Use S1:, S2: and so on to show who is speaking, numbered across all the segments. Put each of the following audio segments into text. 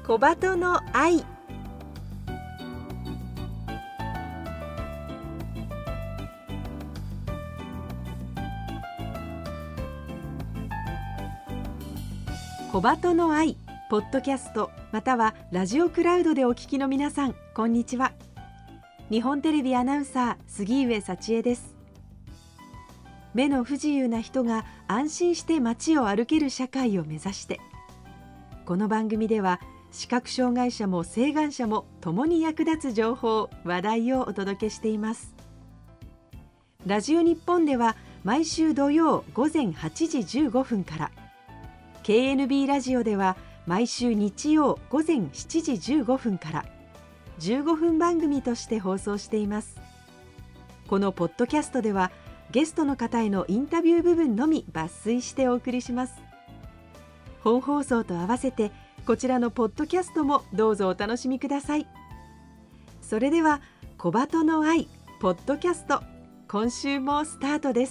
S1: 小鳩の愛。小鳩の愛ポッドキャストまたはラジオクラウドでお聞きの皆さん、こんにちは。日本テレビアナウンサー杉上幸恵です。目の不自由な人が安心して街を歩ける社会を目指して、この番組では視覚障害者も晴眼者も共に役立つ情報話題をお届けしています。ラジオ日本では毎週土曜午前8時15分から、 KNB ラジオでは毎週日曜午前7時15分から15分番組として放送しています。このポッドキャストではゲストの方へのインタビュー部分のみ抜粋してお送りします。本放送と合わせてこちらのポッドキャストもどうぞお楽しみください。それでは小鳩の愛ポッドキャスト、今週もスタートです。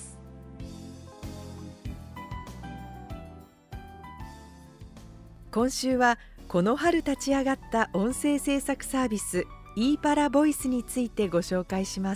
S1: 今週はこの春立ち上がった音声制作サービス e パラボイスについてご紹介します。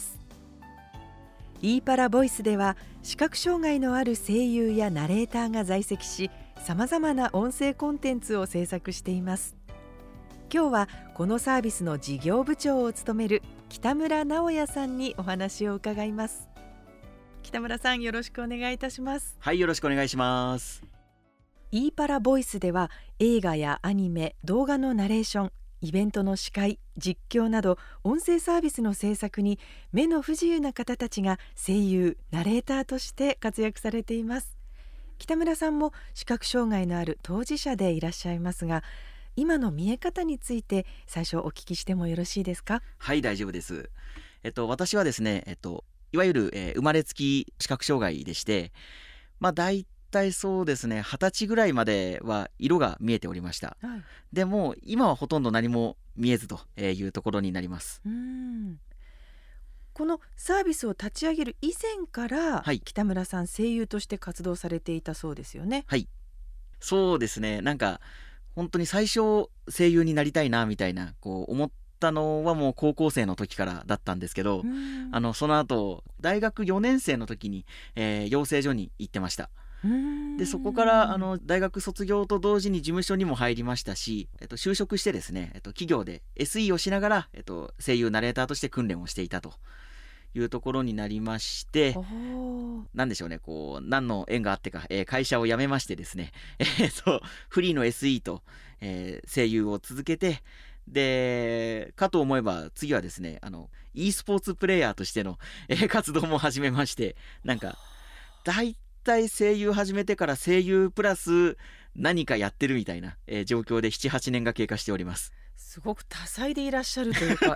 S1: e パラボイスでは視覚障害のある声優やナレーターが在籍し、さまざまな音声コンテンツを制作しています。今日はこのサービスの事業部長を務める北村直也さんにお話を伺います。北村さん、よろしくお願いいたします。
S2: はい、よろしくお願いします。
S1: e パラボイスでは映画やアニメ、動画のナレーション、イベントの司会、実況など音声サービスの制作に目の不自由な方たちが声優、ナレーターとして活躍されています。北村さんも視覚障害のある当事者でいらっしゃいますが、今の見え方について最初お聞きしてもよろしいですか？
S2: はい、大丈夫です。私はですね、いわゆる、生まれつき視覚障害でして、大体そうですね、20歳ぐらいまでは色が見えておりました。
S1: はい、
S2: でも今はほとんど何も見えずというところになります。
S1: このサービスを立ち上げる以前から、
S2: はい、
S1: 北村さん声優として活動されていたそうですよね。
S2: はい、そうですね。なんか本当に最初声優になりたいなみたいな思ったのはもう高校生の時からだったんですけど、その後大学4年生の時に、養成所に行ってました。でそこから大学卒業と同時に事務所にも入りましたし、就職してですね、企業で SE をしながら、声優ナレーターとして訓練をしていたというところになりまして、なんでしょうね、何の縁があってか、会社を辞めましてですね、フリーの SE と、声優を続けて、でかと思えば次はですね、e スポーツプレイヤーとしての、活動も始めまして、なんか大体声優始めてから声優プラス何かやってるみたいな、状況で 7,8 年が経過しております。
S1: すごく多彩でいらっしゃるというか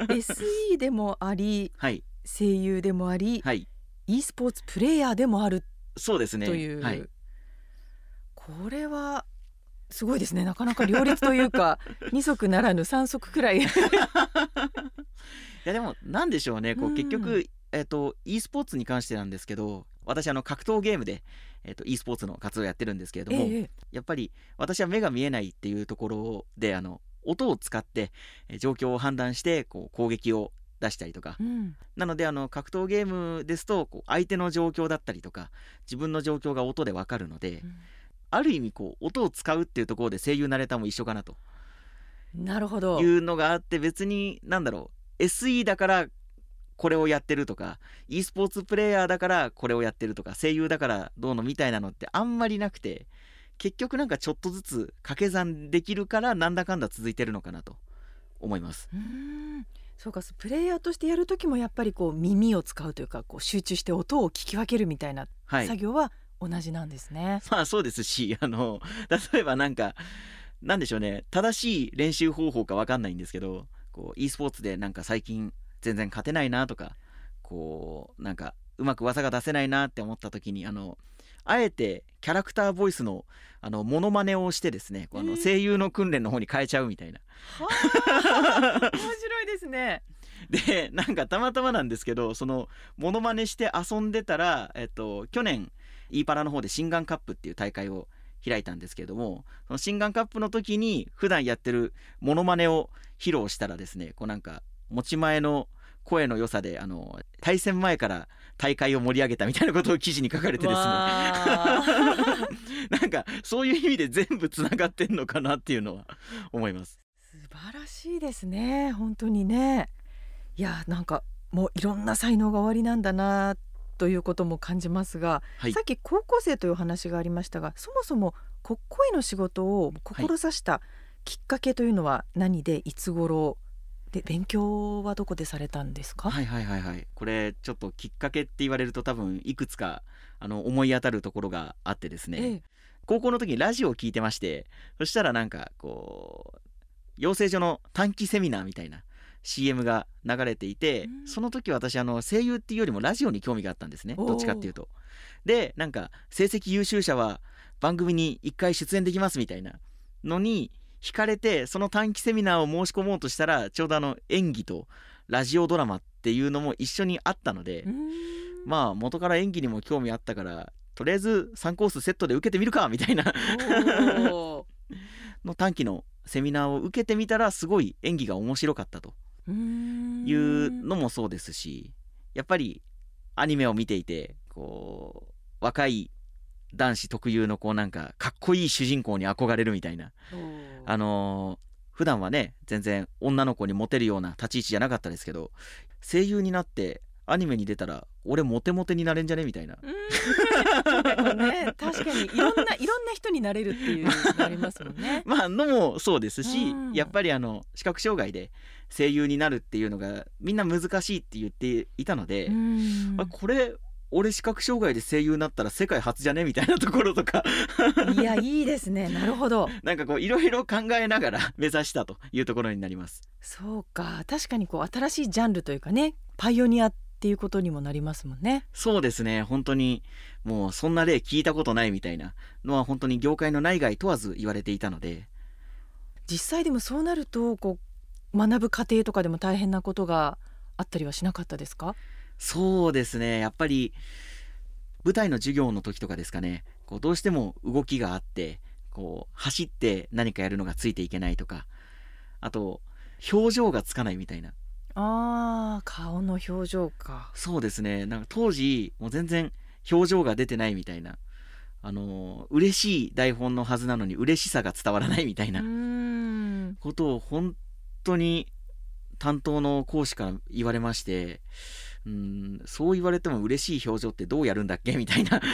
S1: SE でもあり、
S2: はい、
S1: 声優でもあり、
S2: はい、
S1: e スポーツプレイヤーでもある。
S2: そうですね、
S1: という、
S2: はい、
S1: これはすごいですね。なかなか両立というか二足ならぬ三足くらいい
S2: やでもなんでしょうね、結局e スポーツに関してなんですけど、私格闘ゲームで、e スポーツの活動をやってるんですけれども、やっぱり私は目が見えないっていうところで音を使って、状況を判断して攻撃を出したりとか、なので格闘ゲームですと相手の状況だったりとか自分の状況が音で分かるので、ある意味音を使うっていうところで声優ナレーターも一緒かなというのがあって、別にSE だからこれをやってるとか e スポーツプレイヤーだからこれをやってるとか声優だからどうのみたいなのってあんまりなくて、結局ちょっとずつ掛け算できるからなんだかんだ続いてるのかなと思います。
S1: そうか、プレイヤーとしてやるときもやっぱり耳を使うというか集中して音を聞き分けるみたいな作業は同じなんですね。
S2: そうですし、例えばなんでしょうね、正しい練習方法か分かんないんですけど、e スポーツで最近全然勝てないなとか、うまく技が出せないなって思った時にあえてキャラクターボイスのモノマネをしてですね、声優の訓練の方に変えちゃうみたいな。
S1: 面白いですね。
S2: でたまたまなんですけど、そのモノマネして遊んでたら、去年 e パラの方で心眼カップっていう大会を開いたんですけれども、その新眼カップの時に普段やってるモノマネを披露したらですね、こうなんか持ち前の声の良さで対戦前から大会を盛り上げたみたいなことを記事に書かれてですねなんかそういう意味で全部つながってんのかなっていうのは思います。
S3: 素晴らしいですね、本当にね。いや、なんかもういろんな才能がおありなんだなということも感じますが、
S2: はい、
S3: さっき高校生というお話がありましたが、そもそも声の仕事を志したきっかけというのは何で、いつ頃で、勉強はどこでされたんですか？
S2: はいはいはいはい。これちょっときっかけって言われると多分いくつか思い当たるところがあってですね、
S3: ええ、
S2: 高校の時にラジオを聞いてまして、そしたらなんかこう養成所の短期セミナーみたいな CM が流れていて、その時私声優っていうよりもラジオに興味があったんですね、どっちかっていうと。でなんか成績優秀者は番組に1回出演できますみたいなのに惹かれて、その短期セミナーを申し込もうとしたらちょうど演技とラジオドラマっていうのも一緒にあったので、まあ元から演技にも興味あったからとりあえず3コースセットで受けてみるかみたいなの短期のセミナーを受けてみたらすごい演技が面白かったというのもそうですし、やっぱりアニメを見ていてこう若い男子特有のこうなんかかっこいい主人公に憧れるみたいな、普段はね全然女の子にモテるような立ち位置じゃなかったですけど、声優になってアニメに出たら俺モテモテになれんじゃねみたいな
S3: ね、確かにいろんな人になれるっていうのがありますもんね
S2: まあのもそうですし、やっぱり視覚障害で声優になるっていうのがみんな難しいって言っていたので、これ俺視覚障害で声優になったら世界初じゃねみたいなところとか
S3: いや、いいですね、なるほど。
S2: なんかこういろいろ考えながら目指したというところになります。
S3: そうか、確かにこう新しいジャンルというかね、パイオニアっていうことにもなりますもんね。
S2: そうですね、本当にもうそんな例聞いたことないみたいなのは本当に業界の内外問わず言われていたので。
S3: 実際でもそうなるとこう学ぶ過程とかでも大変なことがあったりはしなかったですか？
S2: そうですね、やっぱり舞台の授業の時とかですかね、こうどうしても動きがあってこう走って何かやるのがついていけないとか、あと表情がつかないみたいな。
S3: 顔の表情か。
S2: そうですね、なんか当時もう全然表情が出てないみたいな、嬉しい台本のはずなのに嬉しさが伝わらないみたいなことを本当に担当の講師から言われまして、そう言われても嬉しい表情ってどうやるんだっけみたいな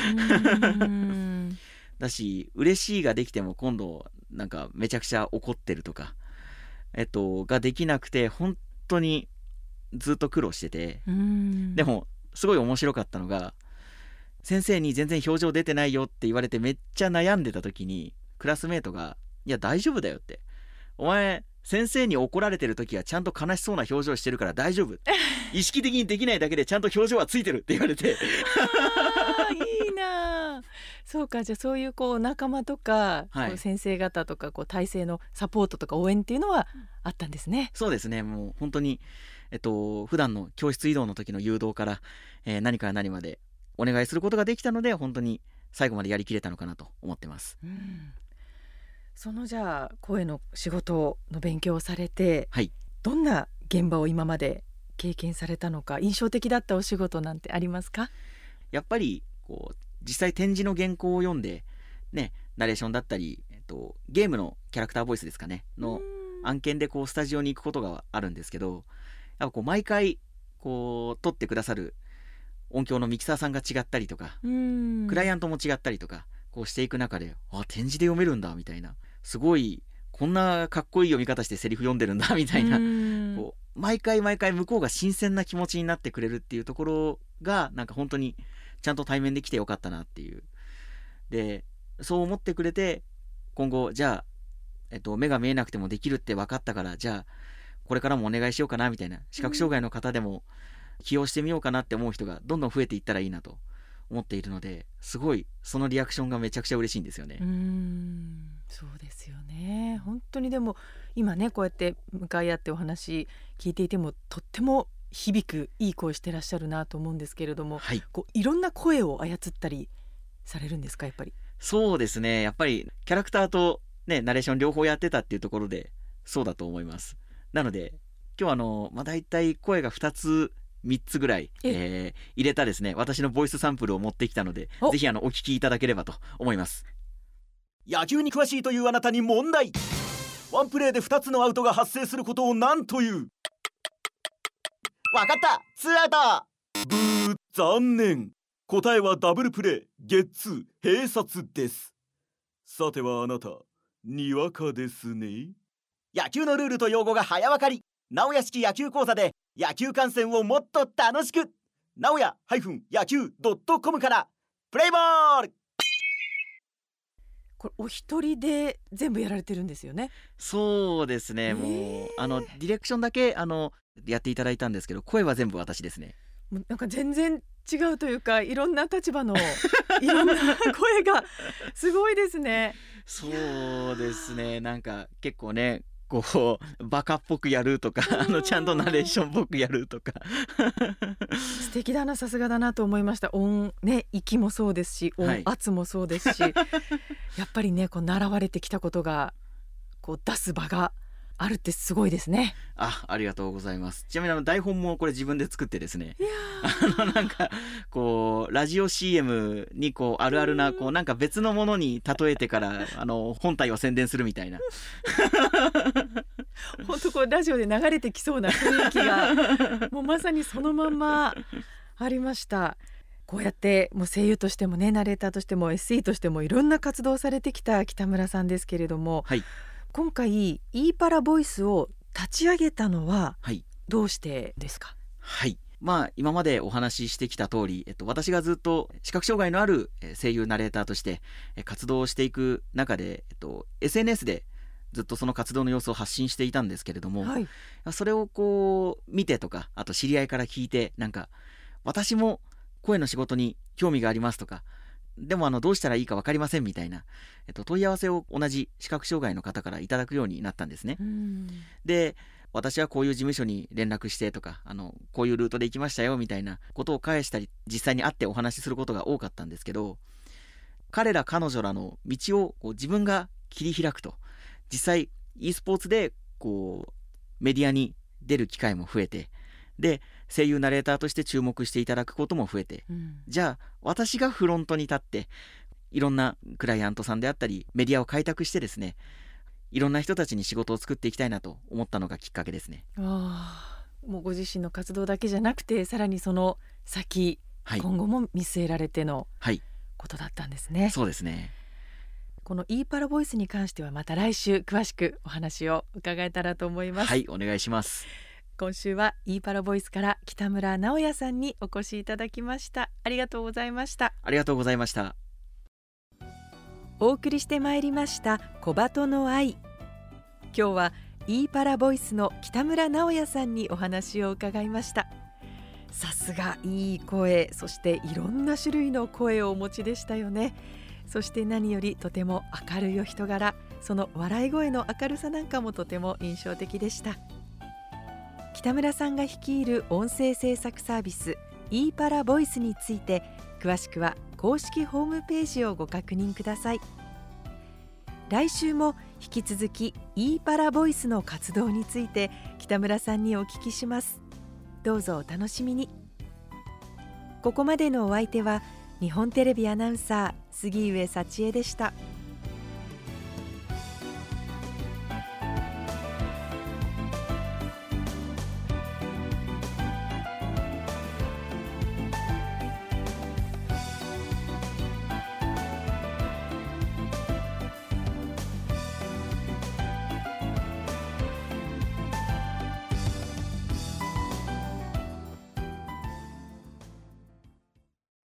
S2: だし、嬉しいができても今度なんかめちゃくちゃ怒ってるとかができなくて、本当にずっと苦労してて、でもすごい面白かったのが、先生に全然表情出てないよって言われてめっちゃ悩んでた時にクラスメートがいや大丈夫だよって、お前先生に怒られてる時はちゃんと悲しそうな表情してるから大丈夫意識的にできないだけでちゃんと表情はついてるって言われて
S3: いいな。そうか、じゃあそういうこう仲間とか、
S2: はい、
S3: こう先生方とかこう体制のサポートとか応援っていうのはあったんですね。
S2: そうですね、もう本当に普段の教室移動の時の誘導から、何から何までお願いすることができたので、本当に最後までやりきれたのかなと思ってます。
S3: そのじゃあ声の仕事の勉強をされて、
S2: はい、
S3: どんな現場を今まで経験されたのか、印象的だったお仕事なんてありますか？
S2: やっぱりこう実際展示の原稿を読んで、ね、ナレーションだったり、ゲームのキャラクターボイスですかねの案件でこうスタジオに行くことがあるんですけど、やっぱこう毎回こう撮ってくださる音響のミキサーさんが違ったりとか、クライアントも違ったりとかこうしていく中で、展示で読めるんだみたいな、すごいこんなかっこいい読み方してセリフ読んでるんだみたいな、こう毎回向こうが新鮮な気持ちになってくれるっていうところがなんか本当にちゃんと対面できてよかったなっていう。でそう思ってくれて、今後じゃあ、目が見えなくてもできるって分かったから、じゃあこれからもお願いしようかなみたいな、視覚障害の方でも起用してみようかなって思う人がどんどん増えていったらいいなと思っているので、すごいそのリアクションがめちゃくちゃ嬉しいんですよね。
S3: そうですよね。本当にでも今ね、こうやって向かい合ってお話聞いていてもとっても響くいい声してらっしゃるなと思うんですけれども、
S2: はい、
S3: こういろんな声を操ったりされるんですか？やっぱり
S2: そうですね、やっぱりキャラクターとねナレーション両方やってたっていうところでそうだと思います。なので今日はだいたい声が2つ3つぐらい、入れたですね私のボイスサンプルを持ってきたので、ぜひお聞きいただければと思います。
S4: 野球に詳しいというあなたに問題。ワンプレーで2つのアウトが発生することを何という？わかった、ツーアウト。ブー、残念。答えはダブルプレー、ゲッツー、併殺です。さてはあなた、にわかですね。野球のルールと用語が早わかり、直屋式野球講座で野球観戦をもっと楽しく。直屋野球.com からプレイボール。
S3: これお一人で全部やられてるんですよね。
S2: そうですね、もうディレクションだけやっていただいたんですけど、声は全部私ですね。
S3: もうなんか全然違うというか、いろんな立場のいろんな声がすごいですね。
S2: そうですね、なんか結構ねこうバカっぽくやるとかちゃんとナレーションっぽくやるとか
S3: 素敵だな、さすがだなと思いました。音ね、息もそうですし、音圧もそうですし、やっぱりねこう習われてきたことがこう出す場があるってすごいですね。
S2: ありがとうございます。ちなみに台本もこれ自分で作ってですね、なんかこうラジオ CM にこうあるあるなこうなんか別のものに例えてから本体を宣伝するみたいな
S3: 本当こうラジオで流れてきそうな雰囲気がもうまさにそのまんまありました。こうやってもう声優としてもね、ナレーターとしても SE としてもいろんな活動をされてきた北村さんですけれども、今回イーパラボイスを立ち上げたのはどうしてですか？
S2: 今までお話ししてきた通り、私がずっと視覚障害のある声優ナレーターとして活動をしていく中で、SNS でずっとその活動の様子を発信していたんですけれども、それをこう見てとか、あと知り合いから聞いて、なんか私も声の仕事に興味がありますとか、でもどうしたらいいか分かりませんみたいな、問い合わせを同じ視覚障害の方からいただくようになったんですね。で、私はこういう事務所に連絡してとか、こういうルートで行きましたよみたいなことを返したり、実際に会ってお話しすることが多かったんですけど、彼ら彼女らの道をこう自分が切り開くと、実際 e スポーツでこうメディアに出る機会も増えて、で声優ナレーターとして注目していただくことも増えて、じゃあ私がフロントに立っていろんなクライアントさんであったりメディアを開拓してですね、いろんな人たちに仕事を作っていきたいなと思ったのがきっかけですね。
S3: もうご自身の活動だけじゃなくて、さらにその先、今後も見据えられてのことだったんですね。
S2: そうですね。
S3: このイーパラボイスに関してはまた来週詳しくお話を伺えたらと思います。
S2: お願いします。
S3: 今週はイーパラボイスから北村直也さんにお越しいただきました。ありがとうございました。
S2: ありがとうございました。
S1: お送りしてまいりました小鳩の愛。今日はイーパラボイスの北村直也さんにお話を伺いました。さすがいい声、そしていろんな種類の声をお持ちでしたよね。そして何よりとても明るいお人柄、その笑い声の明るさなんかもとても印象的でした。北村さんが率いる音声制作サービスイーパラボイスについて、詳しくは公式ホームページをご確認ください。来週も引き続きイーパラボイスの活動について北村さんにお聞きします。どうぞお楽しみに。ここまでのお相手は日本テレビアナウンサー杉上幸恵でした。